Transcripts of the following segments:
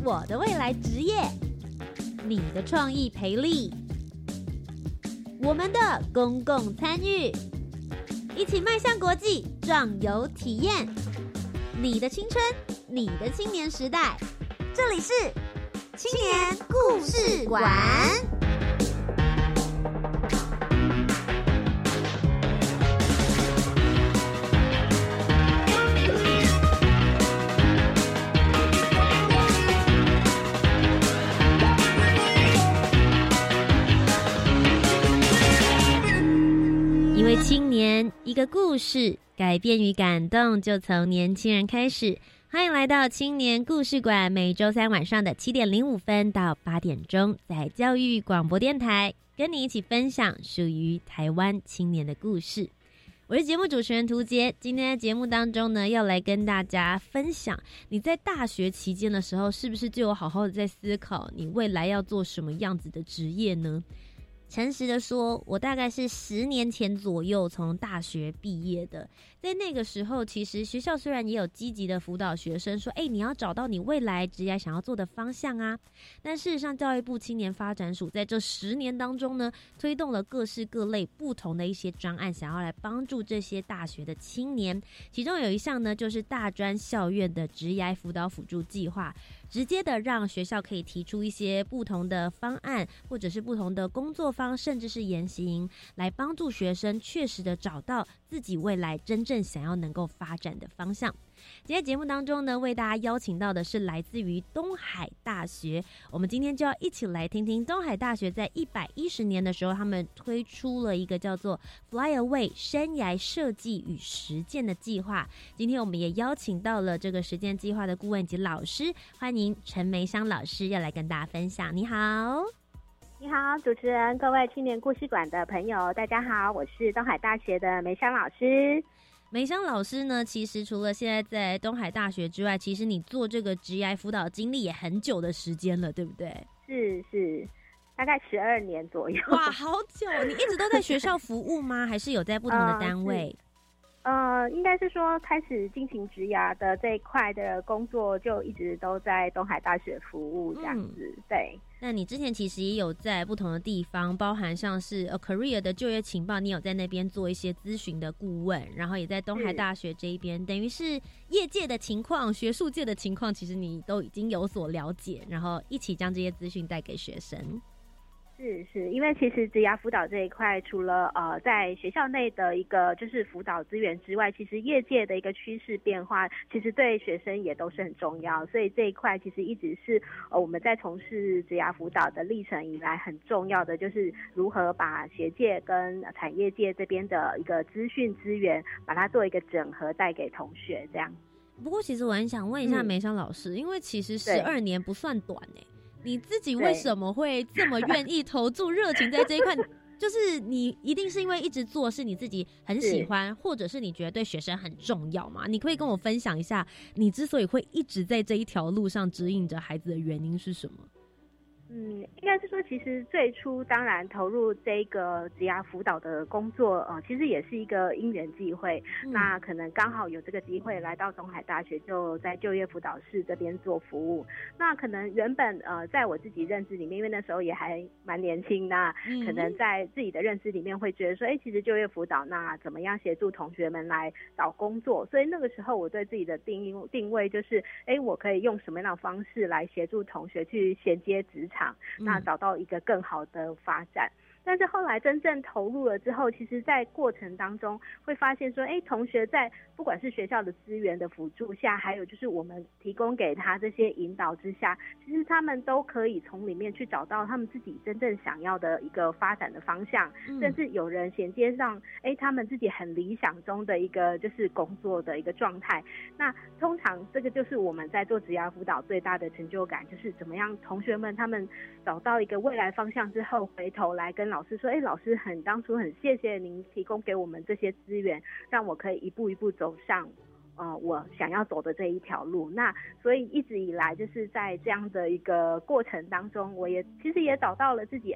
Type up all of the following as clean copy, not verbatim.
我的未来职业，你的创意培力，我们的公共参与，一起迈向国际，壮游体验。你的青春，你的青年时代，这里是青年故事馆。一位青年，一个故事，改变与感动就从年轻人开始。欢迎来到青年故事馆，每周三晚上的7点05分到8点钟，在教育广播电台跟你一起分享属于台湾青年的故事。我是节目主持人涂杰，今天在节目当中呢，要来跟大家分享，你在大学期间的时候，是不是就有好好的在思考你未来要做什么样子的职业呢？诚实的说，我大概是10年前左右从大学毕业的。在那个时候，其实学校虽然也有积极的辅导学生说，你要找到你未来职业想要做的方向啊，但事实上教育部青年发展署在这10年当中呢，推动了各式各类不同的一些专案，想要来帮助这些大学的青年。其中有一项呢，就是大专校院的职涯辅导辅助计划，直接的让学校可以提出一些不同的方案，或者是不同的工作方，甚至是研习营，来帮助学生确实的找到自己未来真正想要能够发展的方向。今天节目当中呢，为大家邀请到的是来自于东海大学。我们今天就要一起来听听东海大学在110年的时候，他们推出了一个叫做 Fly Away 生涯设计与实践的计划。今天我们也邀请到了这个实践计划的顾问及老师，欢迎陈梅香老师要来跟大家分享。你好。 你好，主持人，各位青年故事馆的朋友，大家好，我是东海大学的梅香老师。 梅香老师呢，其实除了现在在东海大学之外，其实你做这个职涯辅导经历也很久的时间了，对不对？ 是，大概12年左右。 哇，好久！你一直都在学校服务吗？还是有在不同的单位？ 应该是说开始进行职涯的这一块的工作，就一直都在东海大学服务这样子。对。 那你之前其实也有在不同的地方，包含像是career 的就业情报，你有在那边做一些咨询的顾问，然后也在东海大学这一边，等于是业界的情况、学术界的情况，其实你都已经有所了解，然后一起将这些资讯带给学生。 是，因为其实职涯辅导这一块，除了在学校内的一个就是辅导资源之外，其实业界的一个趋势变化，其实对学生也都是很重要。所以这一块其实一直是我们在从事职涯辅导的历程以来很重要的，就是如何把学界跟产业界这边的一个资讯资源，把它做一个整合带给同学这样。 不过其实我很想问一下梅香老师，因为其实12年不算短你自己为什么会这么愿意投注热情在这一块？就是你一定是因为一直做是你自己很喜欢，或者是你觉得对学生很重要吗？你可以跟我分享一下，你之所以会一直在这一条路上指引着孩子的原因是什么？ 应该是说，其实最初当然投入这个职涯辅导的工作，其实也是一个因缘际会。那可能刚好有这个机会来到东海大学，就在就业辅导室这边做服务。那可能原本在我自己认知里面，因为那时候也还蛮年轻的，可能在自己的认知里面会觉得说，其实就业辅导那怎么样协助同学们来找工作？所以那个时候我对自己的定位就是，我可以用什么样的方式来协助同学去衔接职场？那找到一个更好的发展。但是后来真正投入了之后，其实在过程当中会发现说，同学在不管是学校的资源的辅助下，还有就是我们提供给他这些引导之下，其实他们都可以从里面去找到他们自己真正想要的一个发展的方向，甚至有人衔接上他们自己很理想中的一个就是工作的一个状态。那通常这个就是我们在做职涯辅导最大的成就感，就是怎么样同学们他们找到一个未来方向之后，回头来跟老师说，老师当初很谢谢您提供给我们这些资源，让我可以一步一步走上我想要走的这一条路。那所以一直以来就是在这样的一个过程当中，我也其实也找到了自己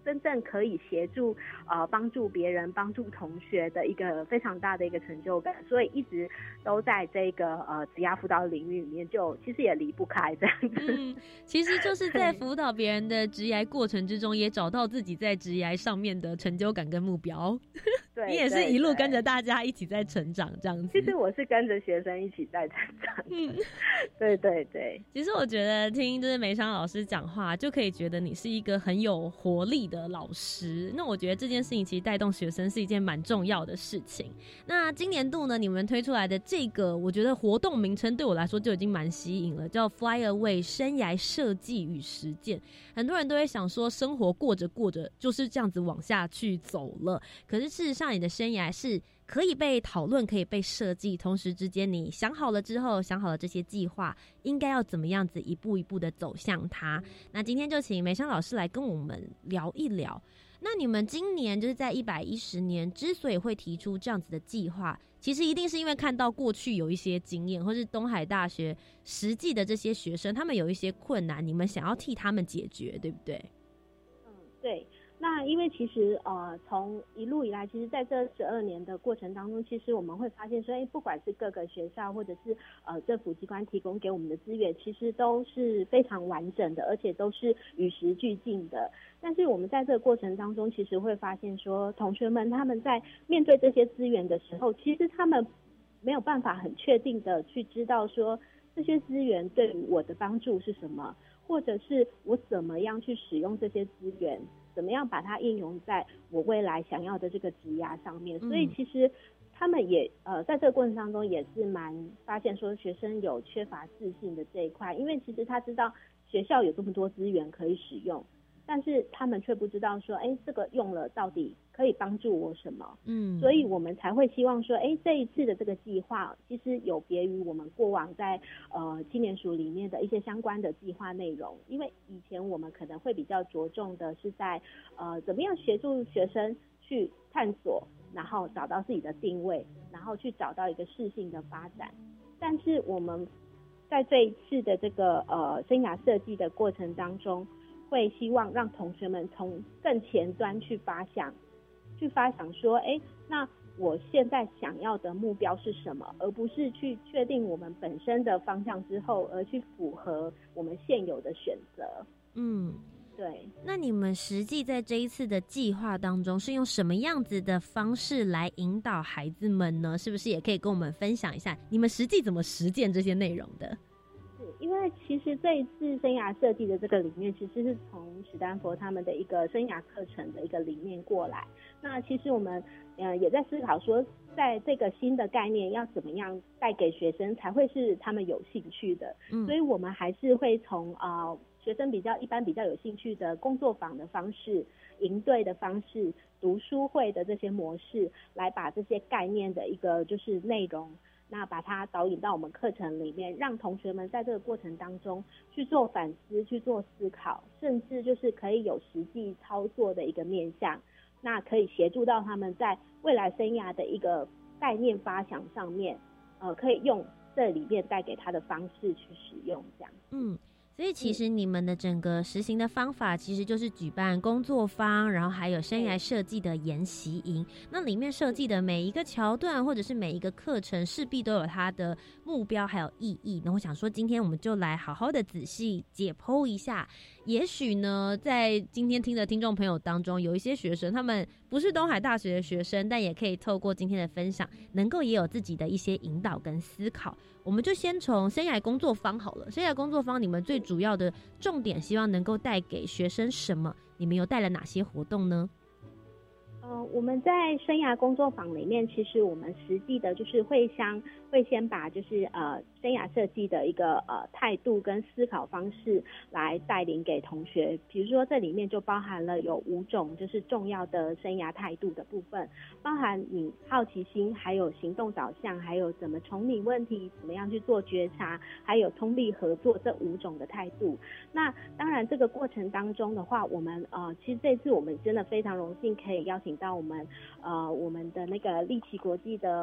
真正可以协助帮助别人、帮助同学的一个非常大的一个成就感，所以一直都在这个职涯辅导领域里面，就其实也离不开这样子。 其实就是在辅导别人的职涯过程之中，也找到自己在职涯上面的成就感跟目标。 对， 你也是一路跟着大家一起在成长这样子。 其实我是跟着学生一起在成长。对对对。 其实我觉得听就是梅湘老师讲话，就可以觉得你是一个很有活力的老师。那我觉得这件事情其实带动学生是一件蛮重要的事情。那今年度呢，你们推出来的这个，我觉得活动名称对我来说就已经蛮吸引了，叫 Fly Away 生涯设计与实践。很多人都会想说，生活过着过着就是这样子往下去走了。可是事实上，你的生涯是可以被讨论，可以被设计，同时之间你想好了之后，想好了这些计划应该要怎么样子一步一步的走向它。那今天就请梅湘老师来跟我们聊一聊。那你们今年就是在110年之所以会提出这样子的计划，其实一定是因为看到过去有一些经验，或是东海大学实际的这些学生他们有一些困难，你们想要替他们解决，对不对？ 对。那因为其实从一路以来，其实在这12年的过程当中，其实我们会发现说，不管是各个学校或者是政府机关提供给我们的资源，其实都是非常完整的，而且都是与时俱进的。但是我们在这个过程当中，其实会发现说，同学们他们在面对这些资源的时候，其实他们没有办法很确定的去知道说这些资源对于我的帮助是什么，或者是我怎么样去使用这些资源，怎么样把它应用在我未来想要的这个职涯上面。所以其实他们也在这个过程当中也是蛮发现说学生有缺乏自信的这一块，因为其实他知道学校有这么多资源可以使用，但是他们却不知道说这个用了到底可以帮助我什么。所以我们才会希望说这一次的这个计划其实有别于我们过往在青年署里面的一些相关的计划内容，因为以前我们可能会比较着重的是在怎么样协助学生去探索，然后找到自己的定位，然后去找到一个适性的发展。但是我们在这一次的这个生涯设计的过程当中，会希望让同学们从更前端去发想说那我现在想要的目标是什么，而不是去确定我们本身的方向之后而去符合我们现有的选择。对。 那你们实际在这一次的计划当中是用什么样子的方式来引导孩子们呢？是不是也可以跟我们分享一下你们实际怎么实践这些内容的？ 因为其实这一次生涯设计的这个理念其实是从史丹佛他们的一个生涯课程的一个理念过来。那其实我们也在思考说，在这个新的概念要怎么样带给学生才会是他们有兴趣的。所以我们还是会从学生一般比较有兴趣的工作坊的方式、营队的方式、读书会的这些模式，来把这些概念的一个就是内容，那把它导引到我们课程里面，让同学们在这个过程当中去做反思、去做思考，甚至就是可以有实际操作的一个面向，那可以协助到他们在未来生涯的一个概念发想上面，可以用这里面带给他的方式去使用这样。 所以其实你们的整个实行的方法其实就是举办工作坊，然后还有生涯设计的研习营。那里面设计的每一个桥段或者是每一个课程势必都有它的目标还有意义。那我想说今天我们就来好好的仔细解剖一下。也许呢在今天听的听众朋友当中有一些学生他们不是东海大学的学生，但也可以透过今天的分享能够也有自己的一些引导跟思考。我们就先从生涯工作坊好了。生涯工作坊你们最主要的重点希望能够带给学生什么？你们有带了哪些活动呢？ 我们在生涯工作坊里面，其实我们实际的就是会先把就是生涯设计的一个态度跟思考方式来带领给同学。比如说这里面就包含了有5种就是重要的生涯态度的部分，包含你好奇心，还有行动导向，还有怎么重理问题，怎么样去做觉察，还有通力合作这5种的态度。那当然这个过程当中的话，我们其实这次我们真的非常荣幸可以邀请到我们的那个立奇国际的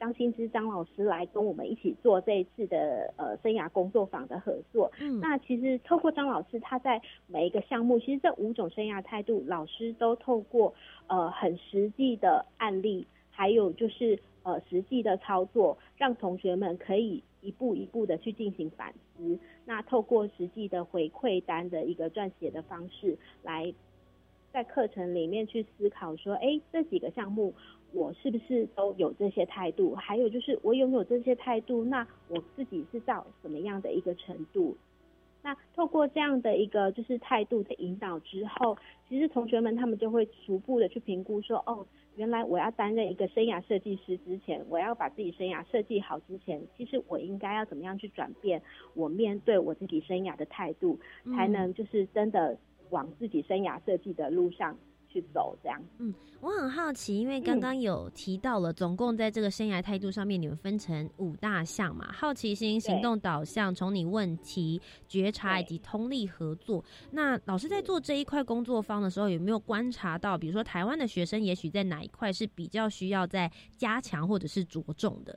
张新之张老师来跟我们一起做这一次的生涯工作坊的合作。那其实透过张老师他在每一个项目，其实这5种生涯态度，老师都透过很实际的案例，还有就是实际的操作，让同学们可以一步一步的去进行反思。那透过实际的回馈单的一个撰写的方式，来在课程里面去思考说，这几个项目我是不是都有这些态度？还有就是我拥有这些态度，那我自己是到什么样的一个程度？那透过这样的一个就是态度的引导之后，其实同学们他们就会逐步的去评估说，原来我要担任一个生涯设计师之前，我要把自己生涯设计好之前，其实我应该要怎么样去转变我面对我自己生涯的态度，才能就是真的往自己生涯设计的路上去走这样。 我很好奇，因为刚刚有提到了，总共在这个生涯态度上面，你们分成5大项嘛，好奇心、行动导向、从你问题、觉察以及通力合作。那老师在做这一块工作坊的时候，有没有观察到，比如说台湾的学生也许在哪一块是比较需要再加强或者是着重的？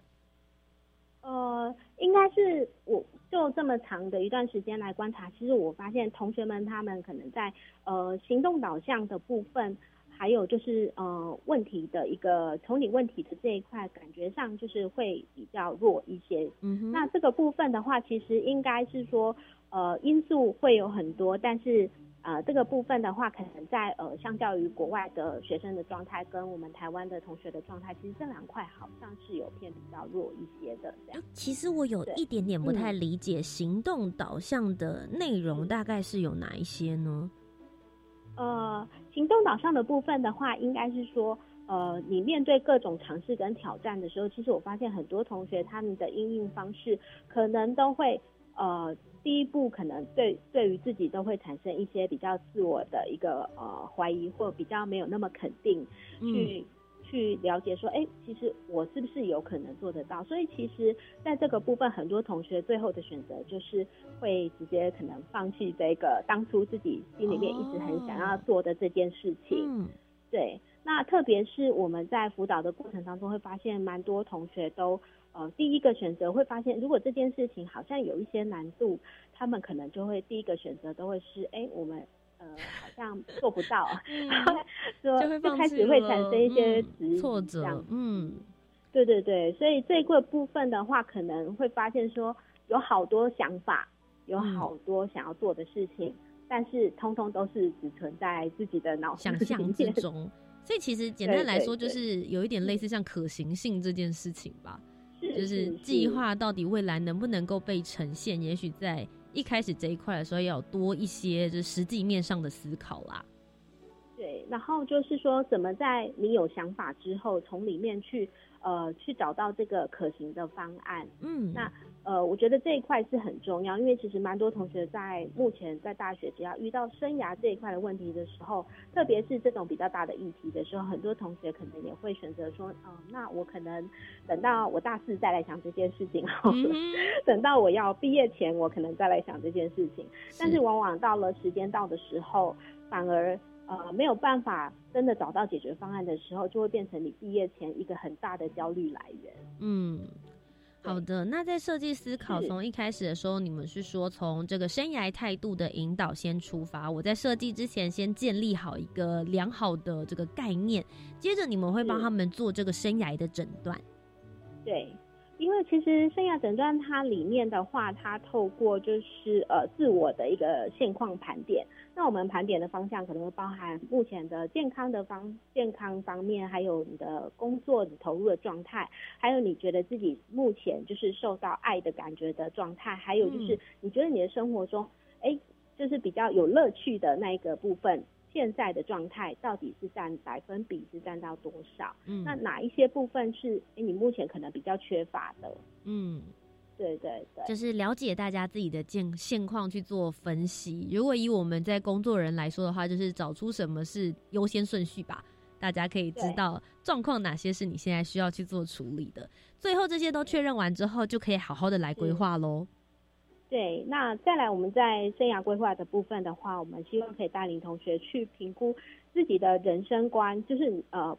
应该是我就这么长的一段时间来观察，其实我发现同学们他们可能在行动导向的部分，还有就是问题的一个从你问题的这一块，感觉上就是会比较弱一些。那这个部分的话，其实应该是说因素会有很多，但是这个部分的话，可能在相较于国外的学生的状态跟我们台湾的同学的状态，其实这2块好像是有偏比较弱一些的这样。 其实我有一点点不太理解，行动导向的内容大概是有哪一些呢？ 行动导向的部分的话，应该是说你面对各种尝试跟挑战的时候，其实我发现很多同学他们的因应方式可能都会第一步可能对于自己都会产生一些比较自我的一个怀疑，或比较没有那么肯定，去了解说，其实我是不是有可能做得到？所以其实在这个部分，很多同学最后的选择就是会直接可能放弃这个当初自己心里面一直很想要做的这件事情。对，那特别是我们在辅导的过程当中会发现，蛮多同学都第一个选择会发现，如果这件事情好像有一些难度，他们可能就会第一个选择都会是，我们好像做不到，说就开始会产生一些质疑挫折。 对对对，所以这个部分的话，可能会发现说有好多想法，有好多想要做的事情，但是通通都是只存在自己的脑想象之中。所以其实简单来说，就是有一点类似像可行性这件事情吧。就是计划到底未来能不能够被呈现，也许在一开始这一块的时候要有多一些就是实际面上的思考啦。 对，然后就是说怎么在你有想法之后，从里面去找到这个可行的方案。那我觉得这一块是很重要，因为其实蛮多同学在目前在大学只要遇到生涯这一块的问题的时候，特别是这种比较大的议题的时候，很多同学可能也会选择说，那我可能等到我大4再来想这件事情好了，等到我要毕业前我可能再来想这件事情。但是往往到了时间到的时候，反而没有办法真的找到解决方案的时候，就会变成你毕业前一个很大的焦虑来源。 好的，那在设计思考从一开始的时候，你们是说从这个生涯态度的引导先出发，我在设计之前先建立好一个良好的这个概念，接着你们会帮他们做这个生涯的诊断。 对，因为其实生涯诊断它里面的话，它透过就是自我的一个现况盘点，那我们盘点的方向可能会包含目前的健康方面，还有你的工作你投入的状态，还有你觉得自己目前就是受到爱的感觉的状态，还有就是你觉得你的生活中就是比较有乐趣的那一个部分，现在的状态到底是占百分比是占到多少？那哪一些部分是你目前可能比较缺乏的？对对对， 就是了解大家自己的现况去做分析。如果以我们在工作人来说的话，就是找出什么是优先顺序吧，大家可以知道状况哪些是你现在需要去做处理的。最后这些都确认完之后，就可以好好的来规划咯。 对，那再来我们在生涯规划的部分的话，我们希望可以带领同学去评估自己的人生观，就是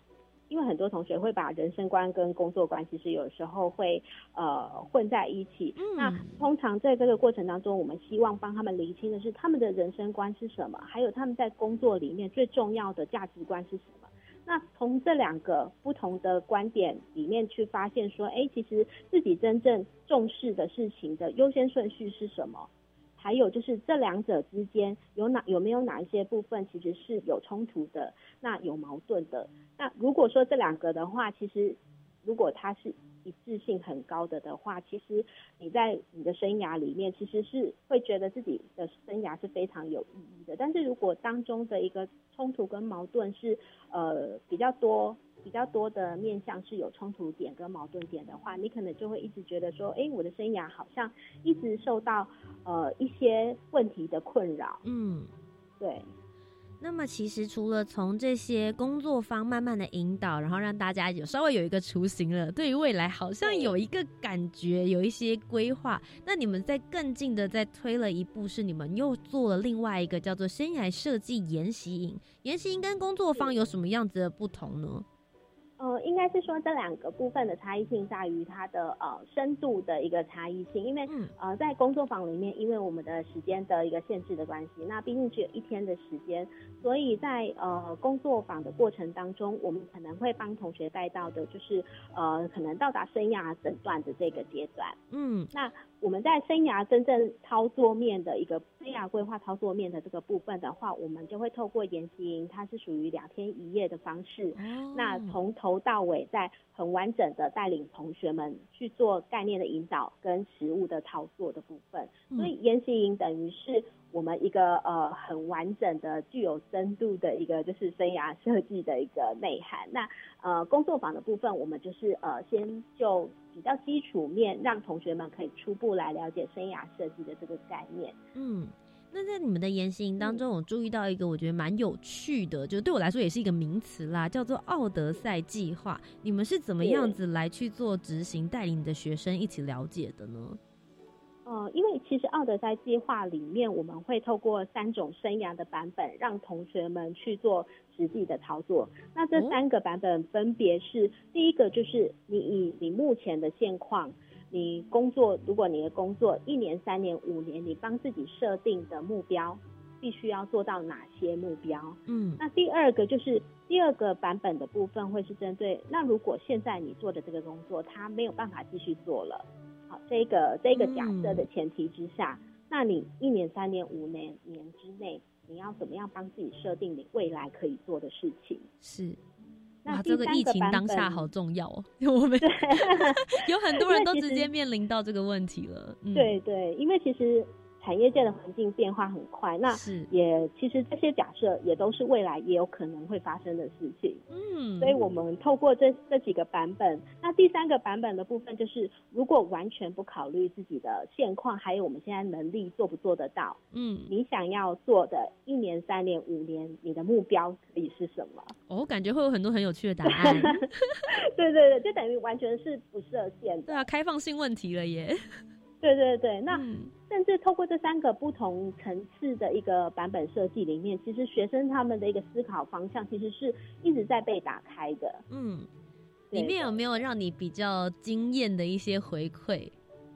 因为很多同学会把人生观跟工作观其实有时候会混在一起。那通常在这个过程当中，我们希望帮他们厘清的是他们的人生观是什么，还有他们在工作里面最重要的价值观是什么。那从这两个不同的观点里面去发现说，其实自己真正重视的事情的优先顺序是什么，还有就是这两者之间有没有哪一些部分其实是有冲突的，那有矛盾的。那如果说这两个的话，其实如果它是一致性很高的话，其实你在你的生涯里面其实是会觉得自己的生涯是非常有意义的。但是如果当中的一个冲突跟矛盾是比较多的面向是有冲突点跟矛盾点的话，你可能就会一直觉得说，我的生涯好像一直受到一些问题的困扰。对。 那么其实除了从这些工作坊慢慢的引导，然后让大家稍微有一个雏形了，对于未来好像有一个感觉，有一些规划，那你们在更近的再推了一步，是你们又做了另外一个叫做生涯设计研习营。研习营跟工作坊有什么样子的不同呢？ 应该是说这两个部分的差异性在于它的深度的一个差异性，因为在工作坊里面，因为我们的时间的一个限制的关系，那毕竟只有1天的时间，所以在工作坊的过程当中，我们可能会帮同学带到的就是可能到达生涯诊断的这个阶段。那我们在生涯真正操作面的一个生涯规划操作面的这个部分的话，我们就会透过研习营，它是属于2天1夜的方式，那从头到尾在很完整的带领同学们去做概念的引导跟实务的操作的部分。所以研习营等于是我们一个很完整的具有深度的一个就是生涯设计的一个内涵。那工作坊的部分，我们就是先就比较基础面，让同学们可以初步来了解生涯设计的这个概念。 那在你们的研习营当中，我注意到一个我觉得蛮有趣的，就对我来说也是一个名词啦，叫做奥德赛计划。你们是怎么样子来去做执行，带领你的学生一起了解的呢？ 因为其实奥德赛计划里面，我们会透过3种生涯的版本，让同学们去做实际的操作。那这3个版本分别是，第一个就是你目前的现况，你工作，如果你的工作1年、3年、5年，你帮自己设定的目标，必须要做到哪些目标？那第二个就是第2个版本的部分会是针对，那如果现在你做的这个工作，它没有办法继续做了。好，这个假设的前提之下，那你1年、3年、5年之内，你要怎么样帮自己设定你未来可以做的事情？ 是，哇，这个疫情当下好重要哦，我们有很多人都直接面临到这个问题了。 对对，因为其实产业界的环境变化很快，那其实这些假设也都是未来也有可能会发生的事情。所以我们透过这几个版本，那第3个版本的部分就是，如果完全不考虑自己的现况，还有我们现在能力做不做得到，你想要做的1年、3年、5年，你的目标可以是什么？ 感觉会有很多很有趣的答案。 对对对，就等于完全是不设限的。 对啊，开放性问题了耶。 对对对，那甚至透过这3个不同层次的一个版本设计里面，其实学生他们的一个思考方向其实是一直在被打开的。 里面有没有让你比较惊艳的一些回馈？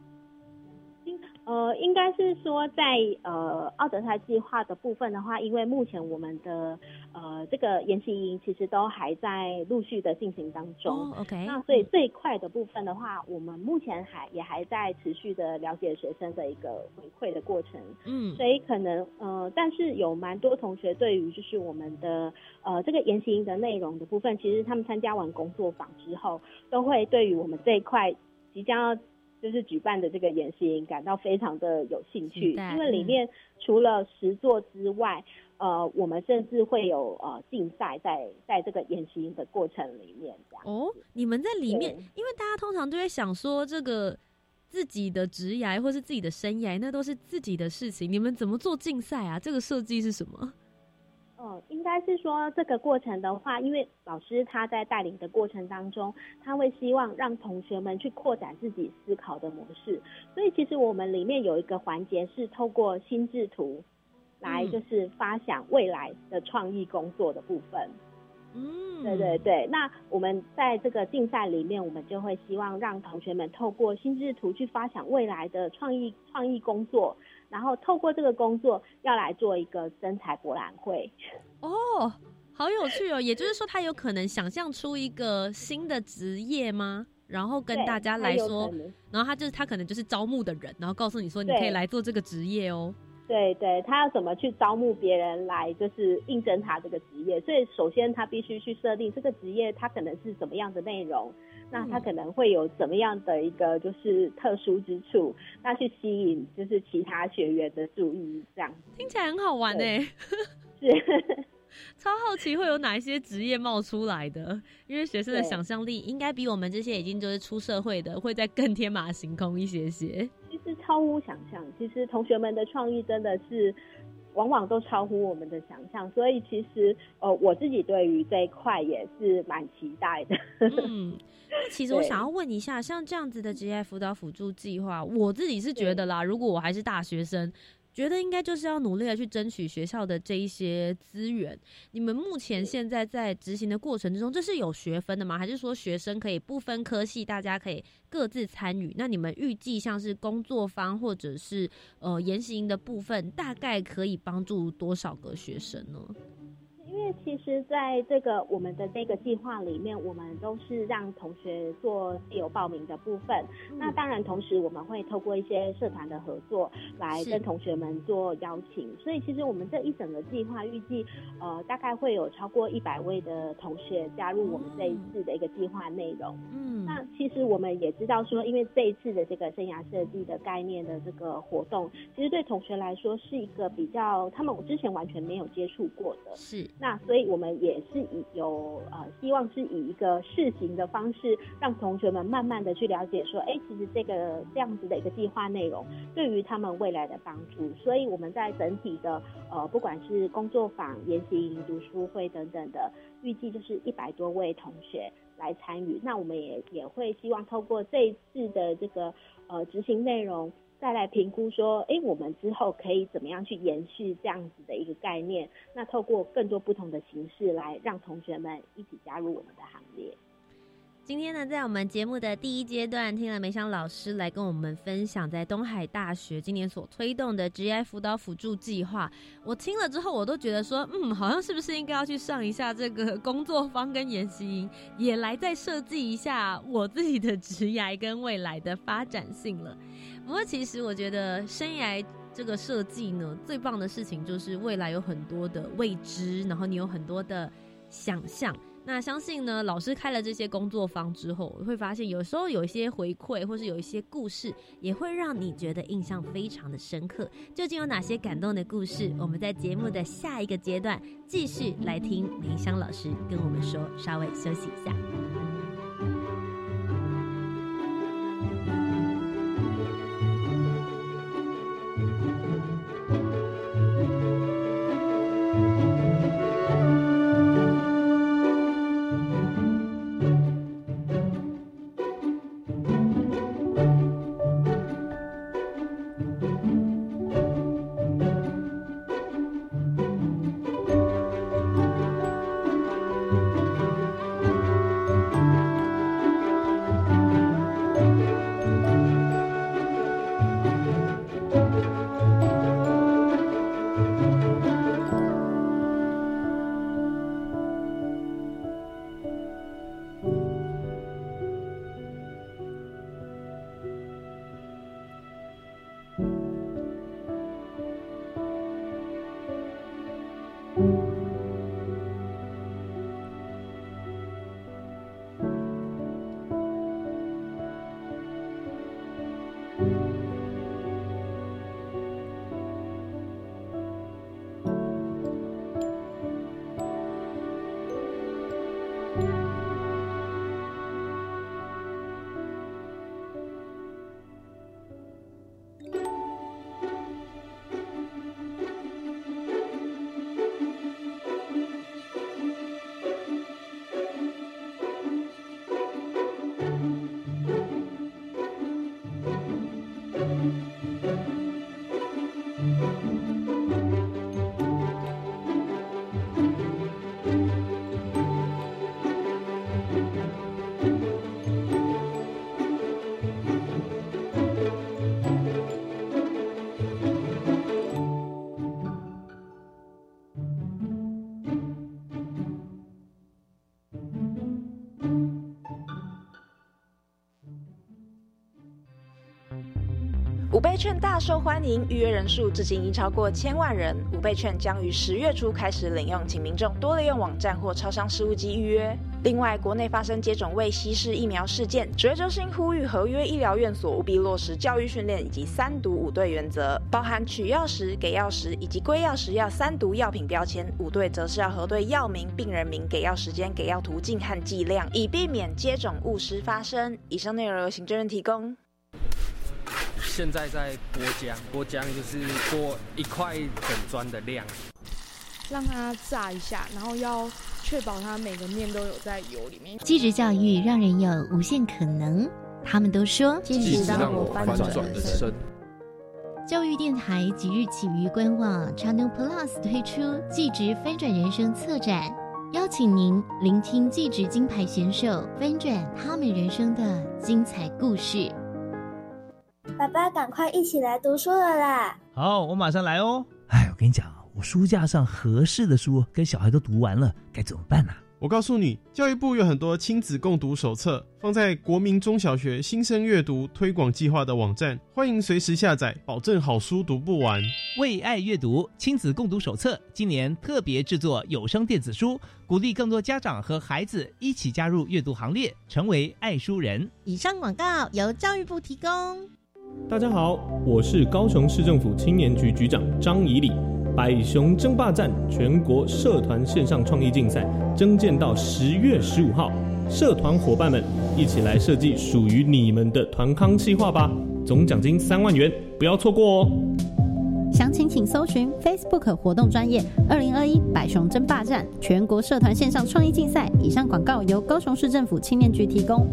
应该是说在奥德赛计划的部分的话，因为目前我们的这个研习营其实都还在陆续的进行当中。 OK， 那所以最快的部分的话，我们目前也还在持续的了解学生的一个回馈的过程。所以可能但是有蛮多同学对于就是我们的这个研习营的内容的部分，其实他们参加完工作坊之后，都会对于我们这一块即将要就是举办的这个研习营感到非常的有兴趣，因为里面除了实作之外，我们甚至会有竞赛在这个研习营的过程里面这样。 你们在里面，因为大家通常都会想说这个自己的职涯或是自己的生涯，那都是自己的事情，你们怎么做竞赛啊？这个设计是什么？ 应该是说这个过程的话，因为老师他在带领的过程当中，他会希望让同学们去扩展自己思考的模式，所以其实我们里面有一个环节是透过心智图来就是发想未来的创意工作的部分。 对对对，那我们在这个竞赛里面，我们就会希望让同学们透过心智图去发想未来的创意工作，然后透过这个工作要来做一个征才博览会。 哦，好有趣哦！也就是说，他有可能想象出一个新的职业吗？然后跟大家来说，然后他可能就是招募的人，然后告诉你说你可以来做这个职业哦。 对对，他要怎么去招募别人来，就是应征他这个职业。所以首先他必须去设定这个职业，他可能是什么样的内容，那他可能会有怎么样的一个就是特殊之处，那去吸引就是其他学员的注意，这样听起来很好玩欸。 是。 超好奇会有哪一些职业冒出来的，因为学生的想象力应该比我们这些已经就是出社会的会再更天马行空一些些。 其实超乎想象，其实同学们的创意真的是往往都超乎我们的想象，所以其实我自己对于这一块也是蛮期待的。 那其实我想要问一下，像这样子的职业辅导辅助计划，我自己是觉得啦，如果我还是大学生，觉得应该就是要努力的去争取学校的这一些资源。你们目前现在在执行的过程之中，这是有学分的吗？还是说学生可以不分科系，大家可以各自参与？那你们预计像是工作坊或者是研习营的部分，大概可以帮助多少个学生呢？ 因为其实在这个我们的这个计划里面，我们都是让同学做自由报名的部分。那当然同时我们会透过一些社团的合作来跟同学们做邀请，所以其实我们这一整个计划预计大概会有超过100位的同学加入我们这一次的一个计划内容。那其实我们也知道说，因为这一次的这个生涯设计的概念的这个活动，其实对同学来说是一个比较他们之前完全没有接触过的。 是。 那所以我们也是希望是以一个试行的方式，让同学们慢慢的去了解说，其实这样子的一个计划内容对于他们未来的帮助。所以我们在整体的不管是工作坊、研习营、读书会等等的，预计就是100多位同学来参与。那我们也会希望透过这一次的这个执行内容，再来评估说，我们之后可以怎么样去延续这样子的一个概念，那透过更多不同的形式来让同学们一起加入我们的行列。 今天呢，在我们节目的第一阶段，听了梅香老师来跟我们分享在东海大学今年所推动的职业辅导辅助计划。我听了之后，我都觉得说，好像是不是应该要去上一下这个工作坊跟研习营，也来再设计一下我自己的职涯跟未来的发展性了。不过其实我觉得生涯这个设计呢，最棒的事情就是未来有很多的未知，然后你有很多的想象。那相信呢，老师开了这些工作坊之后，会发现有时候有一些回馈，或是有一些故事，也会让你觉得印象非常的深刻。究竟有哪些感动的故事？我们在节目的下一个阶段继续来听梅香老师跟我们说。稍微休息一下。 五倍券大受欢迎，预约人数至今已超过1000万人。五倍券将于10月初开始领用，请民众多利用网站或超商事务机预约。另外，国内发生接种未稀释疫苗事件，指挥中心呼吁合约医疗院所务必落实教育训练以及3读5对原则，包含取药时、给药时以及归药时要3读药品标签，5对则是要核对药名、病人名、给药时间、给药途径和剂量，以避免接种误失发生。以上内容由行政院提供。 现在在剥浆就是剥1块整砖的量， 让它炸一下，然后要确保它每个面都有在油里面。 继职教育让人有无限可能，他们都说继职让我翻转人生。 教育电台即日起于官网 Channel Plus 推出继职翻转人生策展，邀请您聆听继职金牌选手翻转他们人生的精彩故事。 爸爸，赶快一起来读书了啦！ 好，我马上来哦。哎，我跟你讲，我书架上合适的书跟小孩都读完了，该怎么办呢？ 我告诉你，教育部有很多亲子共读手册，放在国民中小学新生阅读推广计划的网站，欢迎随时下载，保证好书读不完。 为爱阅读亲子共读手册今年特别制作有声电子书，鼓励更多家长和孩子一起加入阅读行列，成为爱书人。 以上广告由教育部提供。 大家好，我是高雄市政府青年局局长张以礼。百熊争霸战全国社团线上创意竞赛征件到10月15号，社团伙伴们一起来设计属于你们的团康计划吧，总奖金3万元，不要错过哦。 详情请搜寻 Facebook 活动专页2021百熊争霸战全国社团线上创意竞赛。以上广告由高雄市政府青年局提供。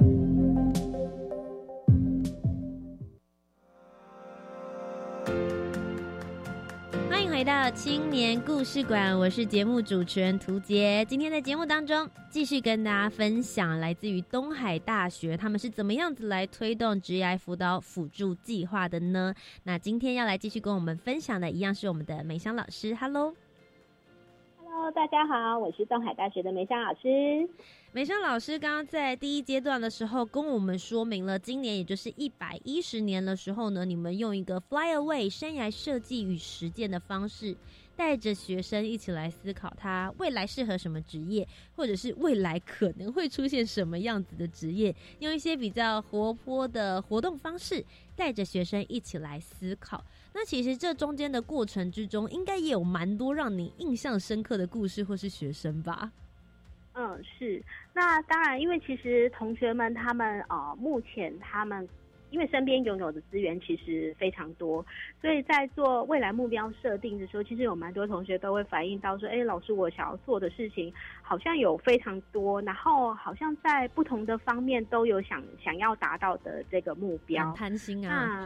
回到青年故事馆，我是节目主持人涂杰。今天在节目当中继续跟大家分享来自于东海大学他们是怎么样子来推动职涯辅导辅助计划的呢？那今天要来继续跟我们分享的一样是我们的美香老师。 Hello， 大家好，我是东海大学的美香老师。 美香老师刚刚在第一阶段的时候跟我们说明了，今年也就是110年的时候呢，你们用一个 Fly Away 生涯设计与实践的方式，带着学生一起来思考他未来适合什么职业，或者是未来可能会出现什么样子的职业，用一些比较活泼的活动方式带着学生一起来思考。那其实这中间的过程之中应该也有蛮多让你印象深刻的故事或是学生吧？ 是。那当然，因为其实同学们他们目前他们因为身边拥有的资源其实非常多，所以在做未来目标设定的时候，其实有蛮多同学都会反映到说，老师，我想要做的事情好像有非常多，然后好像在不同的方面都有想要达到的这个目标， 很贪心啊。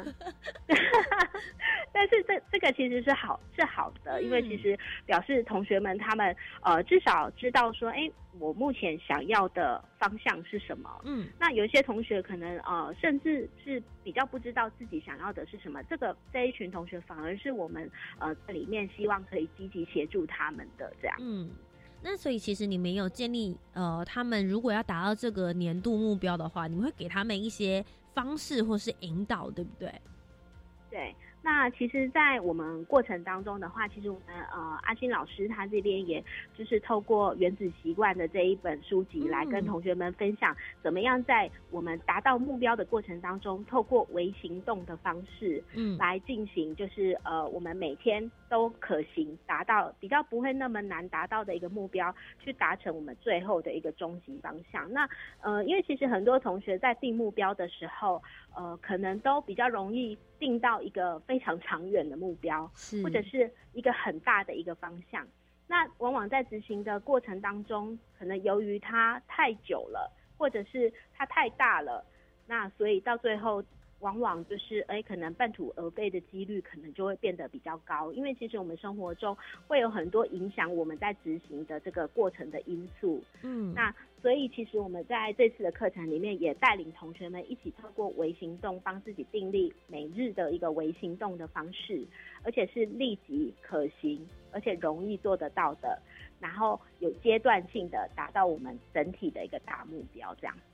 但是这个其实是好的，因为其实表示同学们他们至少知道说，我目前想要的方向是什么。那有一些同学可能甚至是比较不知道自己想要的是什么，这一群同学反而是我们在里面希望可以积极协助他们的这样。 那所以其实你们有建立他们如果要达到这个年度目标的话，你们会给他们一些方式或是引导，对不对？ 对。那其实在我们过程当中的话，其实我们阿欣老师他这边也就是透过原子习惯的这一本书籍来跟同学们分享怎么样在我们达到目标的过程当中，透过微行动的方式来进行，就是我们每天都可行达到比较不会那么难达到的一个目标，去达成我们最后的一个终极方向。那因为其实很多同学在定目标的时候可能都比较容易定到一个非常长远的目标，或者是一个很大的一个方向。那往往在执行的过程当中，可能由于它太久了，或者是它太大了，那所以到最后往往就是可能半途而废的几率可能就会变得比较高。因为其实我们生活中会有很多影响我们在执行的这个过程的因素。那所以其实我们在这次的课程里面也带领同学们一起透过微行动帮自己订立每日的一个微行动的方式，而且是立即可行而且容易做得到的，然后有阶段性的达到我们整体的一个大目标这样子。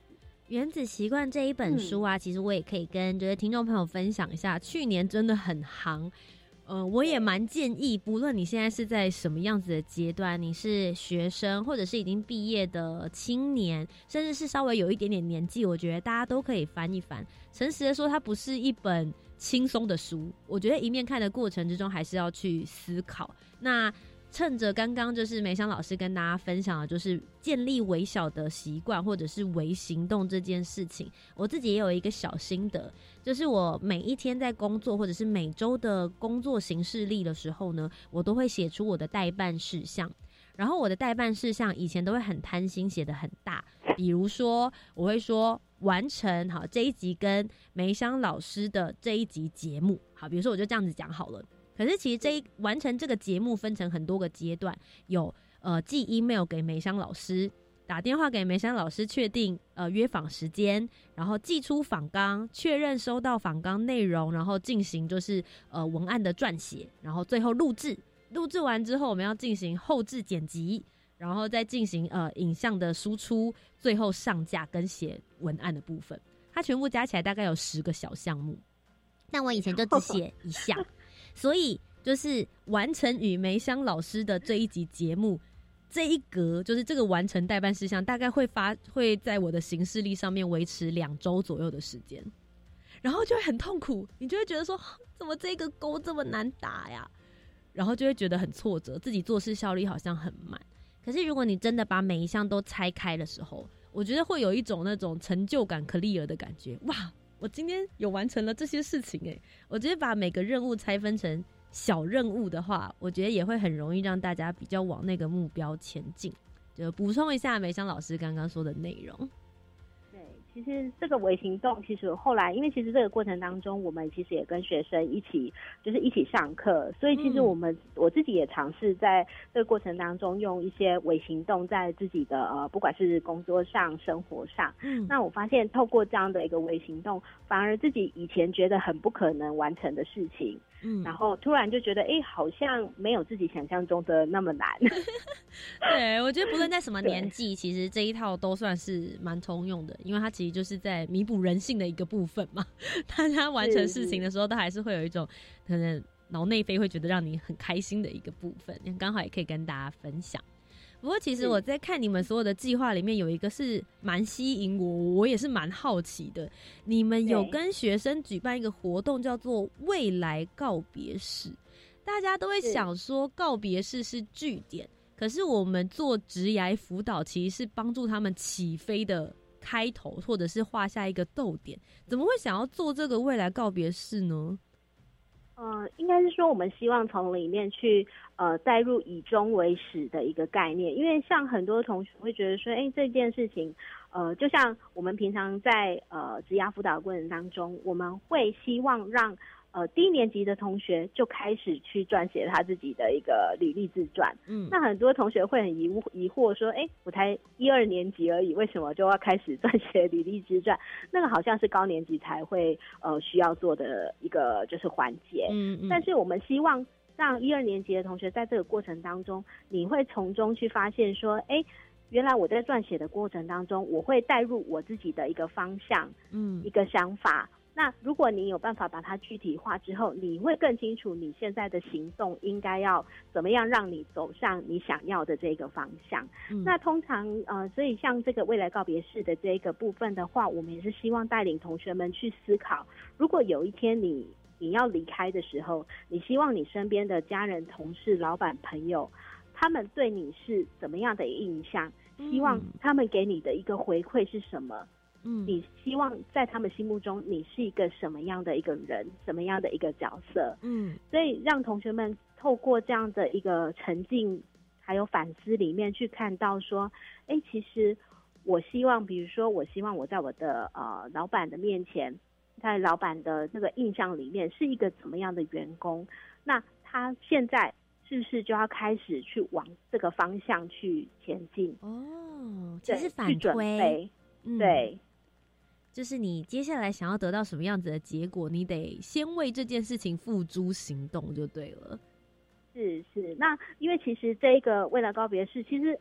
原子习惯这一本书啊，其实我也可以跟就是听众朋友分享一下，去年真的很夯。我也蛮建议，不论你现在是在什么样子的阶段，你是学生或者是已经毕业的青年，甚至是稍微有一点点年纪，我觉得大家都可以翻一翻。诚实的说，它不是一本轻松的书，我觉得一面看的过程之中还是要去思考。那趁着刚刚就是梅香老师跟大家分享的就是建立微小的习惯或者是微行动这件事情，我自己也有一个小心得，就是我每一天在工作或者是每周的工作行事历的时候呢，我都会写出我的待办事项。然后我的待办事项以前都会很贪心，写得很大，比如说我会说完成好这一集跟梅香老师的这一集节目，好，比如说我就这样子讲好了。可是其实完成这个节目分成很多个阶段，有寄 email 给梅香老师，打电话给梅香老师确定约访时间，然后寄出访纲，确认收到访纲内容，然后进行就是文案的撰写，然后最后录制完之后，我们要进行后制剪辑，然后再进行影像的输出，最后上架跟写文案的部分，它全部加起来大概有10个小项目，但我以前就只写一项。所以就是完成与梅香老师的这一集节目这一格，就是这个完成待办事项，大概会在我的行事历上面维持2周左右的时间，然后就会很痛苦，你就会觉得说怎么这个勾这么难打呀，然后就会觉得很挫折，自己做事效率好像很慢。可是如果你真的把每一项都拆开的时候，我觉得会有一种那种成就感 clear 的感觉，哇，我今天有完成了这些事情耶。我觉得把每个任务拆分成小任务的话，我觉得也会很容易让大家比较往那个目标前进。就补充一下梅香老师刚刚说的内容。 对，其实这个微行动，其实后来因为其实这个过程当中，我们其实也跟学生一起上课，所以其实我自己也尝试在这个过程当中用一些微行动在自己的不管是工作上生活上，那我发现透过这样的一个微行动，反而自己以前觉得很不可能完成的事情，然后突然就觉得好像没有自己想象中的那么难。 对，我觉得不论在什么年纪，其实这一套都算是蛮通用的，因为它其实就是在弥补人性的一个部分嘛。大家完成事情的时候，都还是会有一种可能脑内啡会觉得让你很开心的一个部分，刚好也可以跟大家分享。不过其实我在看你们所有的计划里面，有一个是蛮吸引我也是蛮好奇的。你们有跟学生举办一个活动叫做未来告别式，大家都会想说告别式是据点，可是我们做职涯辅导其实是帮助他们起飞的开头，或者是画下一个逗点，怎么会想要做这个未来告别式呢？ 应该是说我们希望从里面去带入以终为始的一个概念，因为像很多同学会觉得说，这件事情就像我们平常在职涯辅导的过程当中，我们会希望让低年级的同学就开始去撰写他自己的一个履历自传。那很多同学会很疑惑说，我才1、2年级而已，为什么就要开始撰写履历自传？那个好像是高年级才会需要做的一个就是环节。但是我们希望让1、2年级的同学在这个过程当中，你会从中去发现说，原来我在撰写的过程当中，我会带入我自己的一个方向，一个想法。那如果你有办法把它具体化之后，你会更清楚你现在的行动应该要怎么样让你走向你想要的这个方向。那通常所以像这个未来告别式的这个部分的话，我们也是希望带领同学们去思考，如果有一天你要离开的时候，你希望你身边的家人、同事、老板、朋友，他们对你是怎么样的印象？希望他们给你的一个回馈是什么？你希望在他们心目中你是一个什么样的一个人，什么样的一个角色？所以让同学们透过这样的一个沉浸还有反思里面去看到说，其实我希望，比如说我希望我在我的老板的面前，在老板的这个印象里面是一个怎么样的员工，那他现在是不是就要开始去往这个方向去前进？ 其实反去准备，对， 就是你接下来想要得到什么样子的结果，你得先为这件事情付诸行动就对了。 是，那因为其实这个未来告别式，其实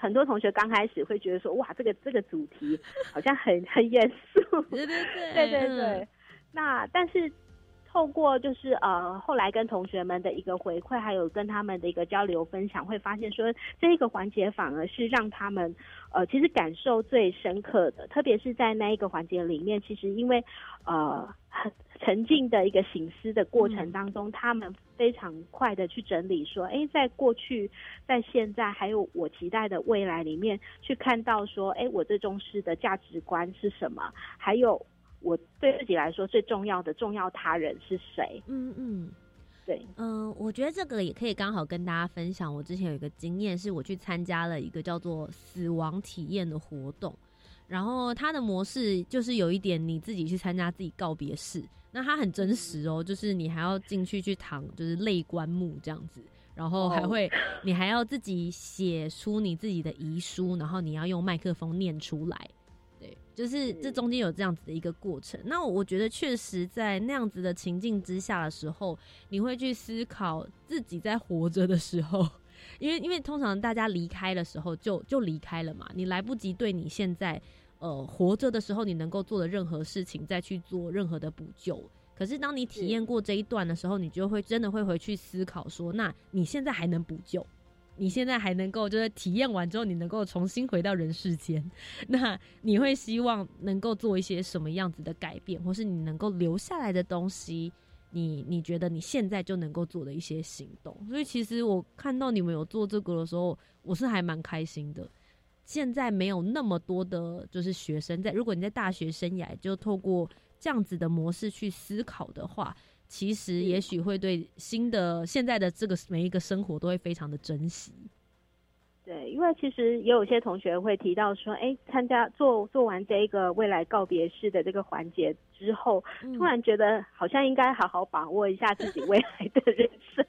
很多同学刚开始会觉得说，哇，这个主题好像很严肃， 对对对， 对对对。那但是透过就是后来跟同学们的一个回馈，还有跟他们的一个交流分享，会发现说这一个环节反而是让他们其实感受最深刻的，特别是在那一个环节里面，其实因为很沉浸的一个省思的过程当中，他们非常快的去整理说，在过去、在现在，还有我期待的未来里面，去看到说，我最重视的价值观是什么，还有我对自己来说最重要的重要他人是谁。对， 我觉得这个也可以刚好跟大家分享。我之前有一个经验，是我去参加了一个叫做死亡体验的活动，然后它的模式就是有一点你自己去参加自己告别式，那它很真实哦，就是你还要进去躺，就是类棺木这样子，然后你还要自己写出你自己的遗书，然后你要用麦克风念出来。对，就是这中间有这样子的一个过程。那我觉得确实在那样子的情境之下的时候，你会去思考自己在活着的时候，因为通常大家离开的时候就离开了嘛，你来不及对你现在活着的时候你能够做的任何事情再去做任何的补救。可是当你体验过这一段的时候，你就会真的会回去思考说，那你现在还能补救？你现在还能够就是体验完之后你能够重新回到人世间，那你会希望能够做一些什么样子的改变，或是你能够留下来的东西，你觉得你现在就能够做的一些行动。所以其实我看到你们有做这个的时候，我是还蛮开心的。现在没有那么多的就是学生如果你在大学生涯就透过这样子的模式去思考的话，其实也许会对现在的这个每一个生活都会非常的珍惜。 对，因为其实也有些同学会提到说，参加做完这一个未来告别式的这个环节之后，突然觉得好像应该好好把握一下自己未来的人生。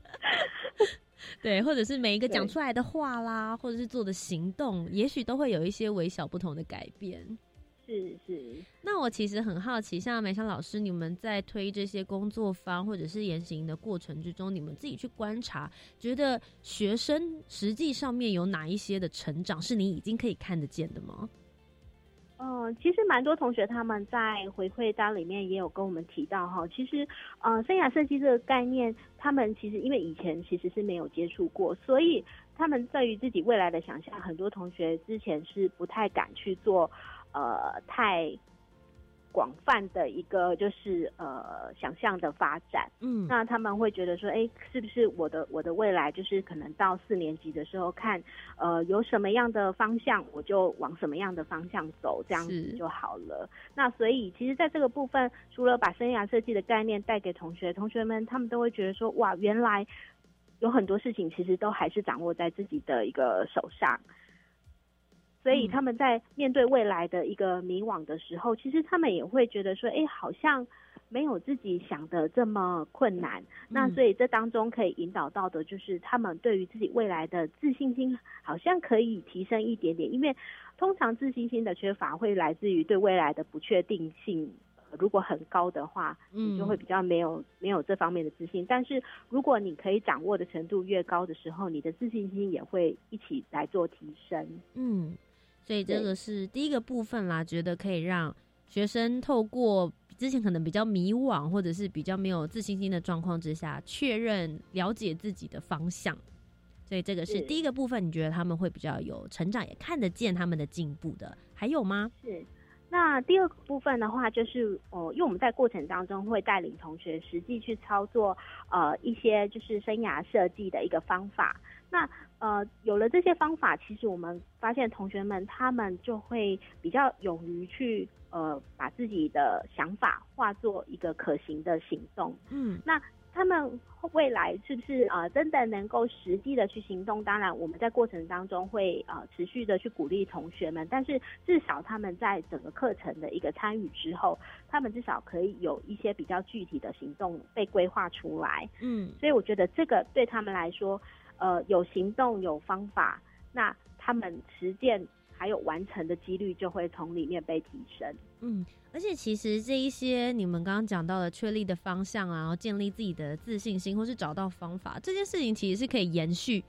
对，或者是每一个讲出来的话啦，或者是做的行动，也许都会有一些微小不同的改变。 是。 那我其实很好奇，像美香老师，你们在推这些工作坊或者是研习营的过程之中，你们自己去观察，觉得学生实际上面有哪一些的成长是你已经可以看得见的吗？ 其实蛮多同学他们在回馈单里面也有跟我们提到哈，其实生涯设计这个概念，他们其实因为以前其实是没有接触过，所以他们对于自己未来的想象，很多同学之前是不太敢去做太广泛的一个就是想象的发展。那他们会觉得说，是不是我的未来就是可能到4年级的时候看有什么样的方向，我就往什么样的方向走，这样子就好了。那所以其实在这个部分，除了把生涯设计的概念带给同学们，他们都会觉得说，哇，原来有很多事情其实都还是掌握在自己的一个手上。所以他们在面对未来的一个迷惘的时候，其实他们也会觉得说，好像没有自己想的这么困难。那所以这当中可以引导到的就是他们对于自己未来的自信心好像可以提升一点点，因为通常自信心的缺乏会来自于对未来的不确定性。如果很高的话，你就会比较没有这方面的自信。但是如果你可以掌握的程度越高的时候，你的自信心也会一起来做提升。 所以这个是第一个部分啦，觉得可以让学生透过之前可能比较迷惘或者是比较没有自信心的状况之下，确认了解自己的方向。所以这个是第一个部分，你觉得他们会比较有成长，也看得见他们的进步的。还有吗？ 是。那第二个部分的话，就是因为我们在过程当中会带领同学实际去操作一些就是生涯设计的一个方法。那有了这些方法，其实我们发现同学们他们就会比较勇于去把自己的想法化作一个可行的行动。那他们未来是不是真的能够实际的去行动？当然我们在过程当中会持续的去鼓励同学们，但是至少他们在整个课程的一个参与之后，他们至少可以有一些比较具体的行动被规划出来。所以我觉得这个对他们来说有行动有方法，那他们实践还有完成的几率就会从里面被提升。 而且其实这一些你们刚刚讲到的确立的方向啊，然后建立自己的自信心，或是找到方法，这件事情其实是可以延续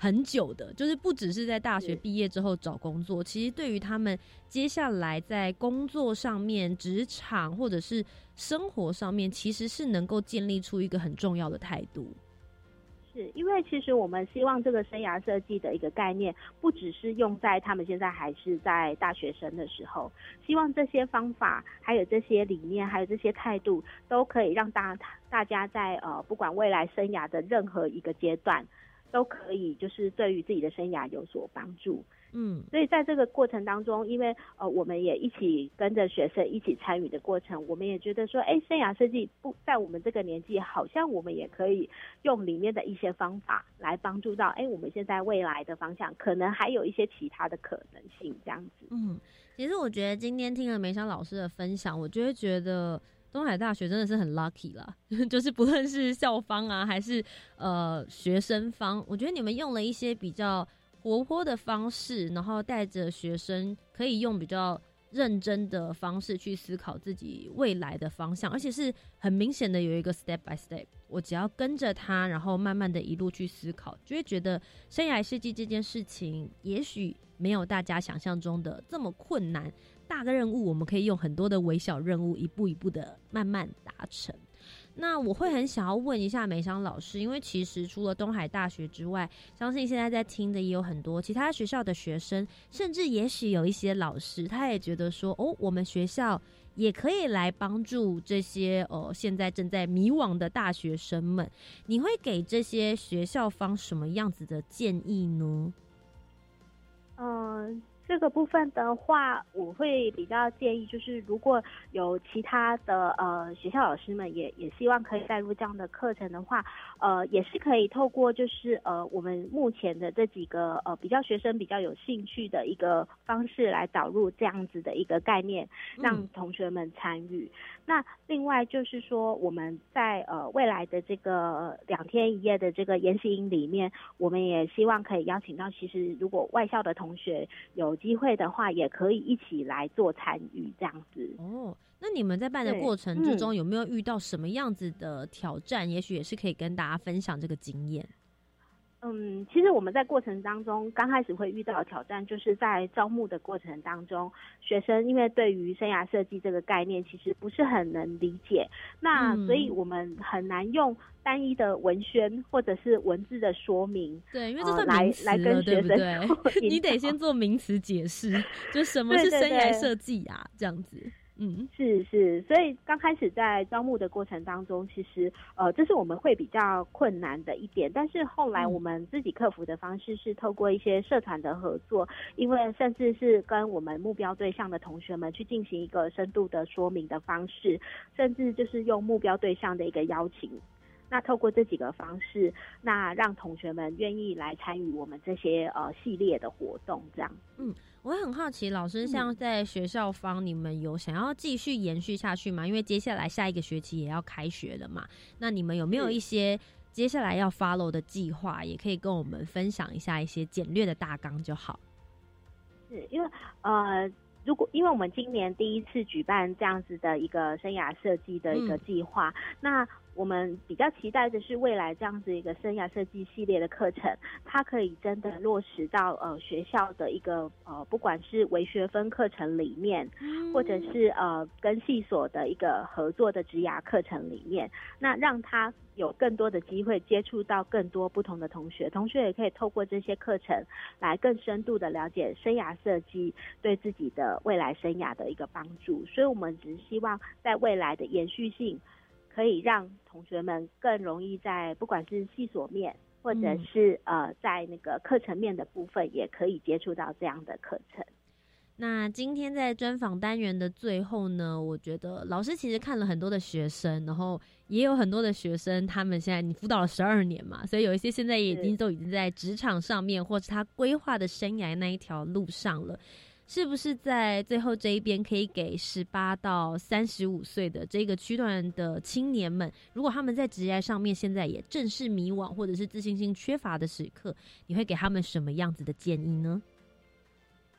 很久的，就是不只是在大学毕业之后找工作，其实对于他们接下来在工作上面、职场或者是生活上面，其实是能够建立出一个很重要的态度。 是因为其实我们希望这个生涯设计的一个概念，不只是用在他们现在还是在大学生的时候，希望这些方法、还有这些理念、还有这些态度，都可以让大家在不管未来生涯的任何一个阶段，都可以就是对于自己的生涯有所帮助。所以在这个过程当中，因为我们也一起跟着学生一起参与的过程，我们也觉得说，生涯设计不在我们这个年纪，好像我们也可以用里面的一些方法来帮助到，我们现在未来的方向，可能还有一些其他的可能性这样子。 其实我觉得今天听了梅香老师的分享，我就会觉得东海大学真的是很 lucky 啦，就是不论是校方啊，还是学生方，我觉得你们用了一些比较活泼的方式，然后带着学生可以用比较认真的方式去思考自己未来的方向，而且是很明显的有一个 step by step， 我只要跟着他，然后慢慢的一路去思考，就会觉得生涯设计这件事情也许没有大家想象中的这么困难，大个任务我们可以用很多的微小任务一步一步的慢慢达成。那我会很想要问一下梅香老师，因为其实除了东海大学之外，相信现在在听的也有很多其他学校的学生，甚至也许有一些老师他也觉得说，我们学校也可以来帮助这些现在正在迷惘的大学生们，你会给这些学校方什么样子的建议呢？ 这个部分的话，我会比较建议，就是如果有其他的学校老师们也希望可以带入这样的课程的话，也是可以透过就是我们目前的这几个比较学生比较有兴趣的一个方式来导入这样子的一个概念，让同学们参与。那另外就是说，我们在未来的这个2天1夜的这个研习营里面，我们也希望可以邀请到，其实如果外校的同学有机会的话，也可以一起来做参与这样子。 那你们在办的过程之中，有没有遇到什么样子的挑战？也许也是可以跟大家分享这个经验。 其实我们在过程当中刚开始会遇到的挑战，就是在招募的过程当中，学生因为对于生涯设计这个概念其实不是很能理解，那所以我们很难用单一的文宣或者是文字的说明， 对，因为这是名词了， 来跟学生对不对？你得先做名词解释，就什么是生涯设计啊，这样子。 是，所以刚开始在招募的过程当中，其实这是我们会比较困难的一点，但是后来我们自己克服的方式是透过一些社团的合作，因为甚至是跟我们目标对象的同学们去进行一个深度的说明的方式，甚至就是用目标对象的一个邀请。那透过这几个方式，那让同学们愿意来参与我们这些系列的活动，这样。 我很好奇，老师像在学校方，你们有想要继续延续下去吗？因为接下来下一个学期也要开学了嘛。那你们有没有一些接下来要 follow 的计划，也可以跟我们分享一下一些简略的大纲就好。 是因为因为我们今年第一次举办这样子的一个生涯设计的一个计划，那我们比较期待的是未来这样子一个生涯设计系列的课程，它可以真的落实到学校的一个不管是微学分课程里面，或者是跟系所的一个合作的职涯课程里面，那让他有更多的机会接触到更多不同的同学也可以透过这些课程来更深度的了解生涯设计对自己的未来生涯的一个帮助。所以我们只是希望在未来的延续性，可以让同学们更容易在不管是系所面或者是在那个课程面的部分，也可以接触到这样的课程。 那今天在专访单元的最后呢，我觉得老师其实看了很多的学生，然后也有很多的学生，他们现在你辅导了12年嘛，所以有一些现在也都已经在职场上面，或是他规划的生涯那一条路上了。是不是在最后这一边可以给18到35岁的这个区段的青年们，如果他们在职业上面现在也正是迷惘或者是自信心缺乏的时刻，你会给他们什么样子的建议呢？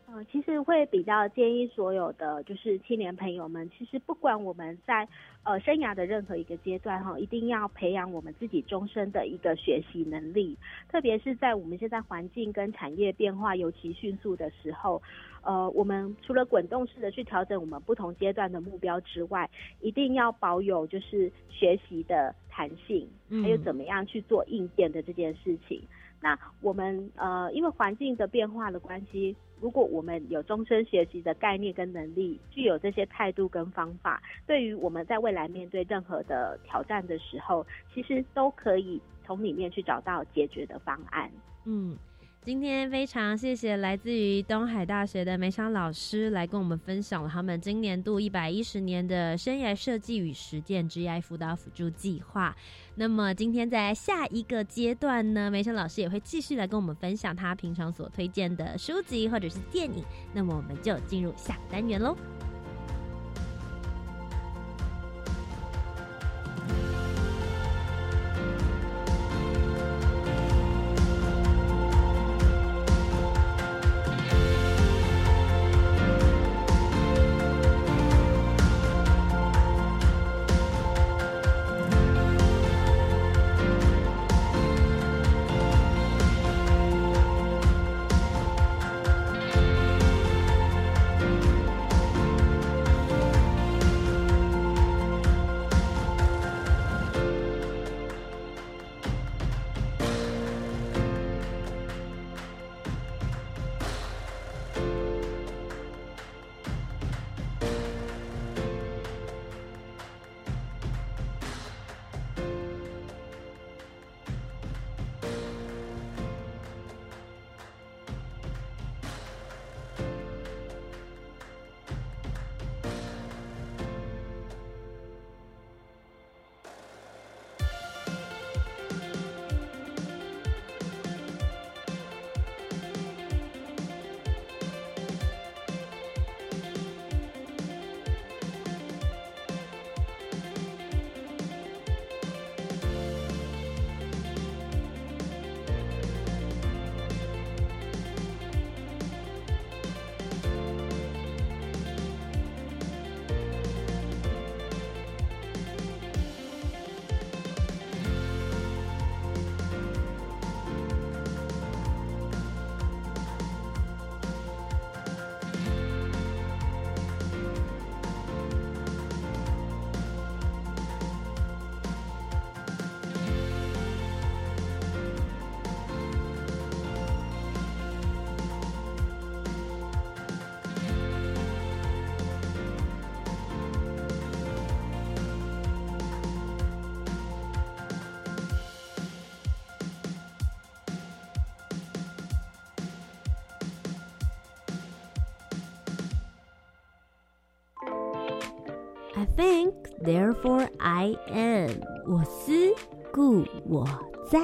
其实会比较建议所有的就是青年朋友们，其实不管我们在生涯的任何一个阶段一定要培养我们自己终身的一个学习能力，特别是在我们现在环境跟产业变化尤其迅速的时候，我们除了滚动式的去调整我们不同阶段的目标之外，一定要保有就是学习的弹性，还有怎么样去做应变的这件事情。那我们因为环境的变化的关系，如果我们有终身学习的概念跟能力，具有这些态度跟方法，对于我们在未来面对任何的挑战的时候，其实都可以从里面去找到解决的方案。 今天非常谢谢来自于东海大学的梅湘老师来跟我们分享了他们今年度110年的生涯设计与实践职涯辅导辅助计划。那么今天在下一个阶段呢，梅湘老师也会继续来跟我们分享他平常所推荐的书籍或者是电影。那么我们就进入下个单元咯。I think, therefore I am. 我思故我在。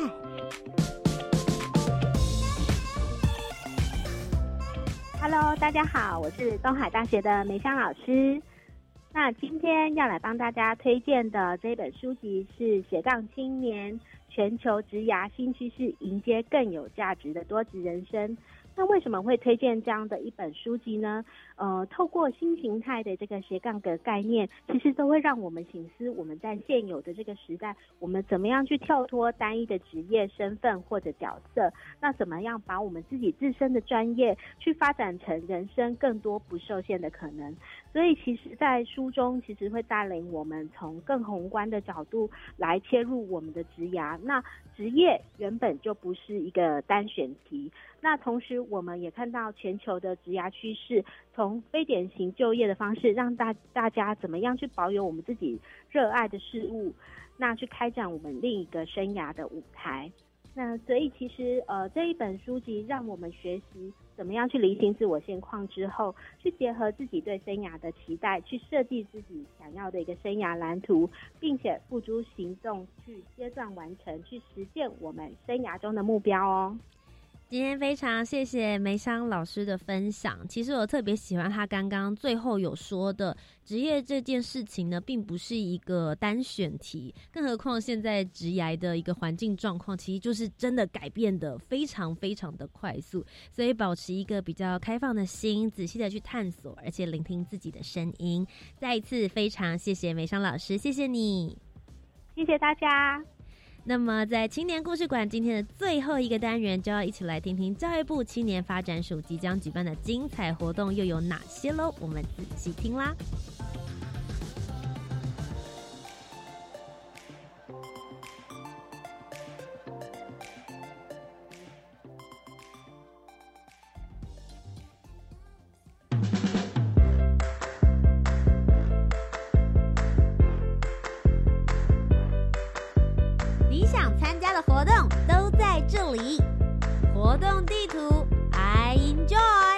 Hello， 大家好，我是东海大学的梅湘老师。那今天要来帮大家推荐的这本书籍是《斜杠青年：全球职涯新趋势，迎接更有价值的多职人生》。那为什么会推荐这样的一本书籍呢？透过新形态的这个斜杠的概念，其实都会让我们省思我们在现有的这个时代，我们怎么样去跳脱单一的职业身份或者角色，那怎么样把我们自己自身的专业去发展成人生更多不受限的可能。所以其实在书中其实会带领我们从更宏观的角度来切入我们的职涯。那职业原本就不是一个单选题，那同时我们也看到全球的职涯趋势，从非典型就业的方式，让大家怎么样去保有我们自己热爱的事物，那去开展我们另一个生涯的舞台。那所以其实这一本书籍让我们学习怎么样去厘清自我现况之后，去结合自己对生涯的期待，去设计自己想要的一个生涯蓝图，并且付诸行动去阶段完成，去实现我们生涯中的目标哦。 今天非常谢谢梅香老师的分享。其实我特别喜欢他刚刚最后有说的，职业这件事情呢，并不是一个单选题，更何况现在职涯的一个环境状况，其实就是真的改变的非常非常的快速，所以保持一个比较开放的心，仔细的去探索，而且聆听自己的声音。再一次非常谢谢梅香老师，谢谢你， 谢谢大家。 那么在青年故事馆今天的最后一个单元，就要一起来听听教育部青年发展署即将举办的精彩活动又有哪些咯，我们仔细听啦。你想参加的活动都在这里，活动地图 I enjoy。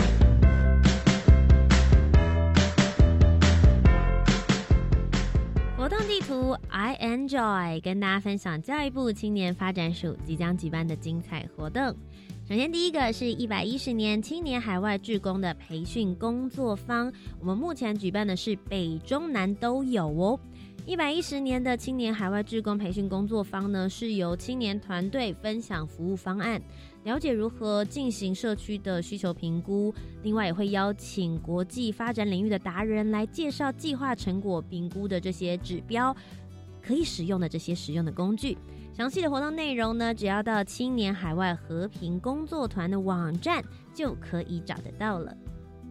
活动地图 I enjoy 跟大家分享教育部青年发展署即将举办的精彩活动。首先第一个是110年青年海外志工的培训工作坊，我们目前举办的是北中南都有哦。110年的青年海外志工培训工作坊呢，是由青年团队分享服务方案，了解如何进行社区的需求评估，另外也会邀请国际发展领域的达人来介绍计划成果评估的这些指标，可以使用的这些实用的工具。详细的活动内容呢，只要到青年海外和平工作团的网站就可以找得到了。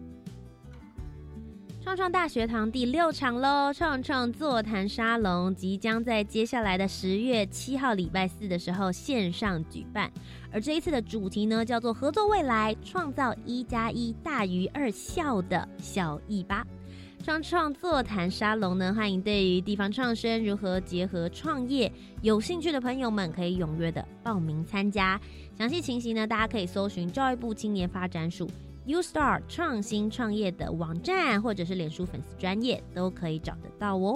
创创大学堂第6场咯，创创座谈沙龙即将在接下来的10月7号礼拜4的时候线上举办，而这一次的主题呢，叫做合作未来，创造1+1大于2效的效益吧。创创座谈沙龙呢，欢迎对于地方创生如何结合创业有兴趣的朋友们可以踊跃的报名参加。详细情形呢，大家可以搜寻教育部青年发展署YouStart 创新创业的网站，或者是脸书粉丝专页都可以找得到哦。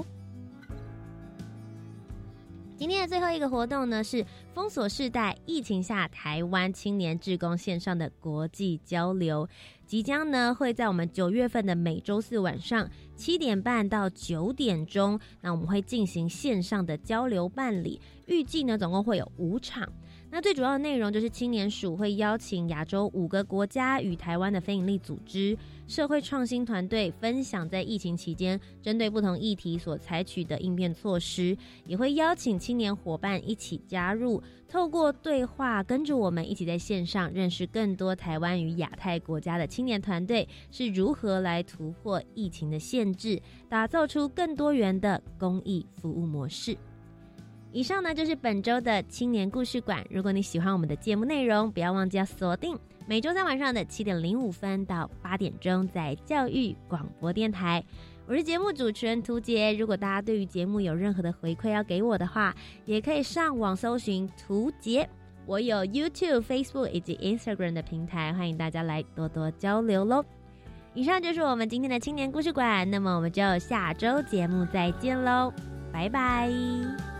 今天的最后一个活动呢，是封锁世代疫情下台湾青年志工线上的国际交流，即将呢会在我们9月份的每周4晚上7点半到9点钟，那我们会进行线上的交流办理，预计呢总共会有5场。那最主要的内容就是青年署会邀请亚洲5个国家与台湾的非营利组织、社会创新团队分享在疫情期间针对不同议题所采取的应变措施，也会邀请青年伙伴一起加入，透过对话跟着我们一起在线上认识更多台湾与亚太国家的青年团队是如何来突破疫情的限制，打造出更多元的公益服务模式。以上呢就是本周的青年故事馆，如果你喜欢我们的节目内容，不要忘记要锁定每周3晚上的7点05分到8点钟在教育广播电台。我是节目主持人涂杰，如果大家对于节目有任何的回馈要给我的话，也可以上网搜寻涂杰，我有 YouTube、Facebook 以及 Instagram 的平台，欢迎大家来多多交流咯。以上就是我们今天的青年故事馆，那么我们就下周节目再见咯，拜拜。